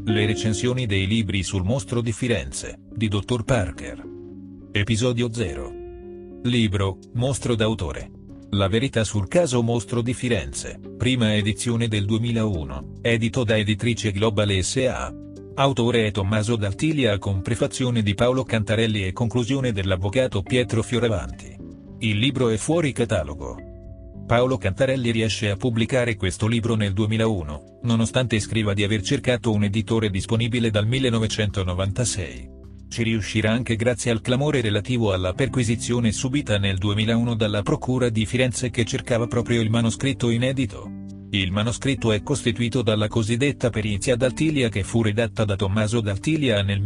Le recensioni dei libri sul mostro di Firenze, di Dr. Parker. Episodio 0. Libro, Mostro d'autore. La verità sul caso Mostro di Firenze, prima edizione del 2001, edito da Editrice Global S.A. Autore è Tommaso D'Altiglia con prefazione di Paolo Cantarelli e conclusione dell'avvocato Pietro Fioravanti. Il libro è fuori catalogo. Paolo Cantarelli riesce a pubblicare questo libro nel 2001, nonostante scriva di aver cercato un editore disponibile dal 1996. Ci riuscirà anche grazie al clamore relativo alla perquisizione subita nel 2001 dalla Procura di Firenze che cercava proprio il manoscritto inedito. Il manoscritto è costituito dalla cosiddetta perizia D'Altiglia che fu redatta da Tommaso D'Altiglia nel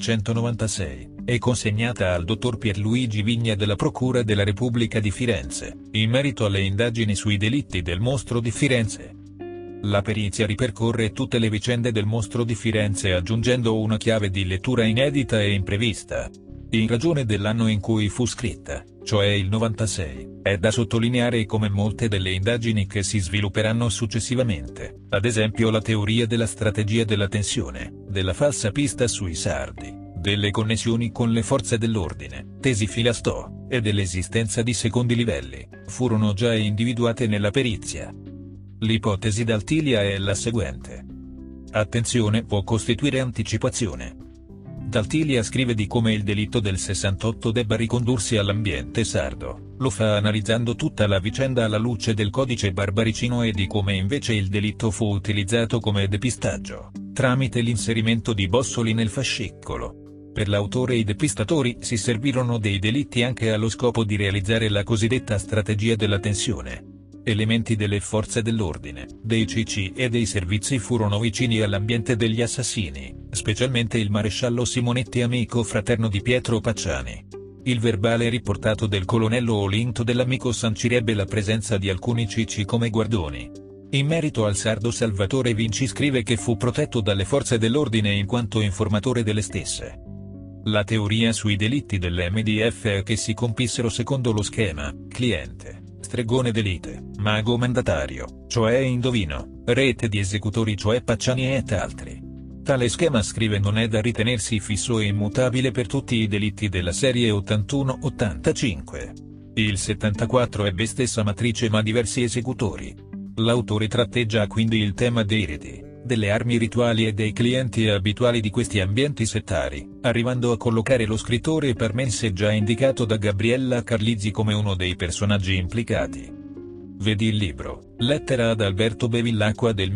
1996, e consegnata al dottor Pierluigi Vigna della Procura della Repubblica di Firenze, in merito alle indagini sui delitti del mostro di Firenze. La perizia ripercorre tutte le vicende del mostro di Firenze aggiungendo una chiave di lettura inedita e imprevista. In ragione dell'anno in cui fu scritta, cioè il 96, è da sottolineare come molte delle indagini che si svilupperanno successivamente, ad esempio la teoria della strategia della tensione, della falsa pista sui sardi, delle connessioni con le forze dell'ordine, tesi Filastò, e dell'esistenza di secondi livelli, furono già individuate nella perizia. L'ipotesi D'Altiglia è la seguente. Attenzione può costituire anticipazione. D'Altiglia scrive di come il delitto del 68 debba ricondursi all'ambiente sardo, lo fa analizzando tutta la vicenda alla luce del codice barbaricino e di come invece il delitto fu utilizzato come depistaggio, tramite l'inserimento di bossoli nel fascicolo. Per l'autore i depistatori si servirono dei delitti anche allo scopo di realizzare la cosiddetta strategia della tensione. Elementi delle forze dell'ordine, dei CC e dei servizi furono vicini all'ambiente degli assassini, specialmente il maresciallo Simonetti amico fraterno di Pietro Pacciani. Il verbale riportato del colonnello Olinto dell'amico sancirebbe la presenza di alcuni CC come guardoni. In merito al sardo Salvatore Vinci scrive che fu protetto dalle forze dell'ordine in quanto informatore delle stesse. La teoria sui delitti dell'MDF è che si compissero secondo lo schema, cliente, stregone d'elite, mago mandatario, cioè indovino, rete di esecutori cioè Pacciani et altri. Tale schema scrive non è da ritenersi fisso e immutabile per tutti i delitti della serie 81-85. Il 74 ebbe stessa matrice ma diversi esecutori. L'autore tratteggia quindi il tema dei reti, delle armi rituali e dei clienti abituali di questi ambienti settari, arrivando a collocare lo scrittore parmense già indicato da Gabriella Carlizzi come uno dei personaggi implicati. Vedi il libro, Lettera ad Alberto Bevillacqua del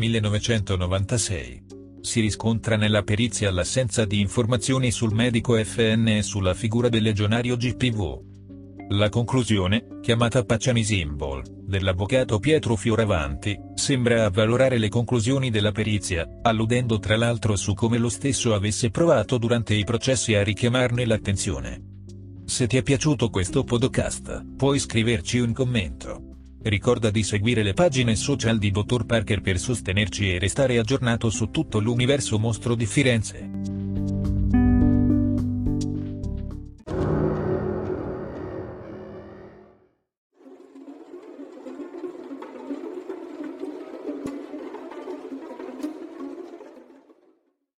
1996. Si riscontra nella perizia l'assenza di informazioni sul medico FN e sulla figura del legionario GPV. La conclusione, chiamata Pacciani Symbol, dell'avvocato Pietro Fioravanti, sembra avvalorare le conclusioni della perizia, alludendo tra l'altro su come lo stesso avesse provato durante i processi a richiamarne l'attenzione. Se ti è piaciuto questo podcast, puoi scriverci un commento. Ricorda di seguire le pagine social di Dr. Parker per sostenerci e restare aggiornato su tutto l'universo mostro di Firenze.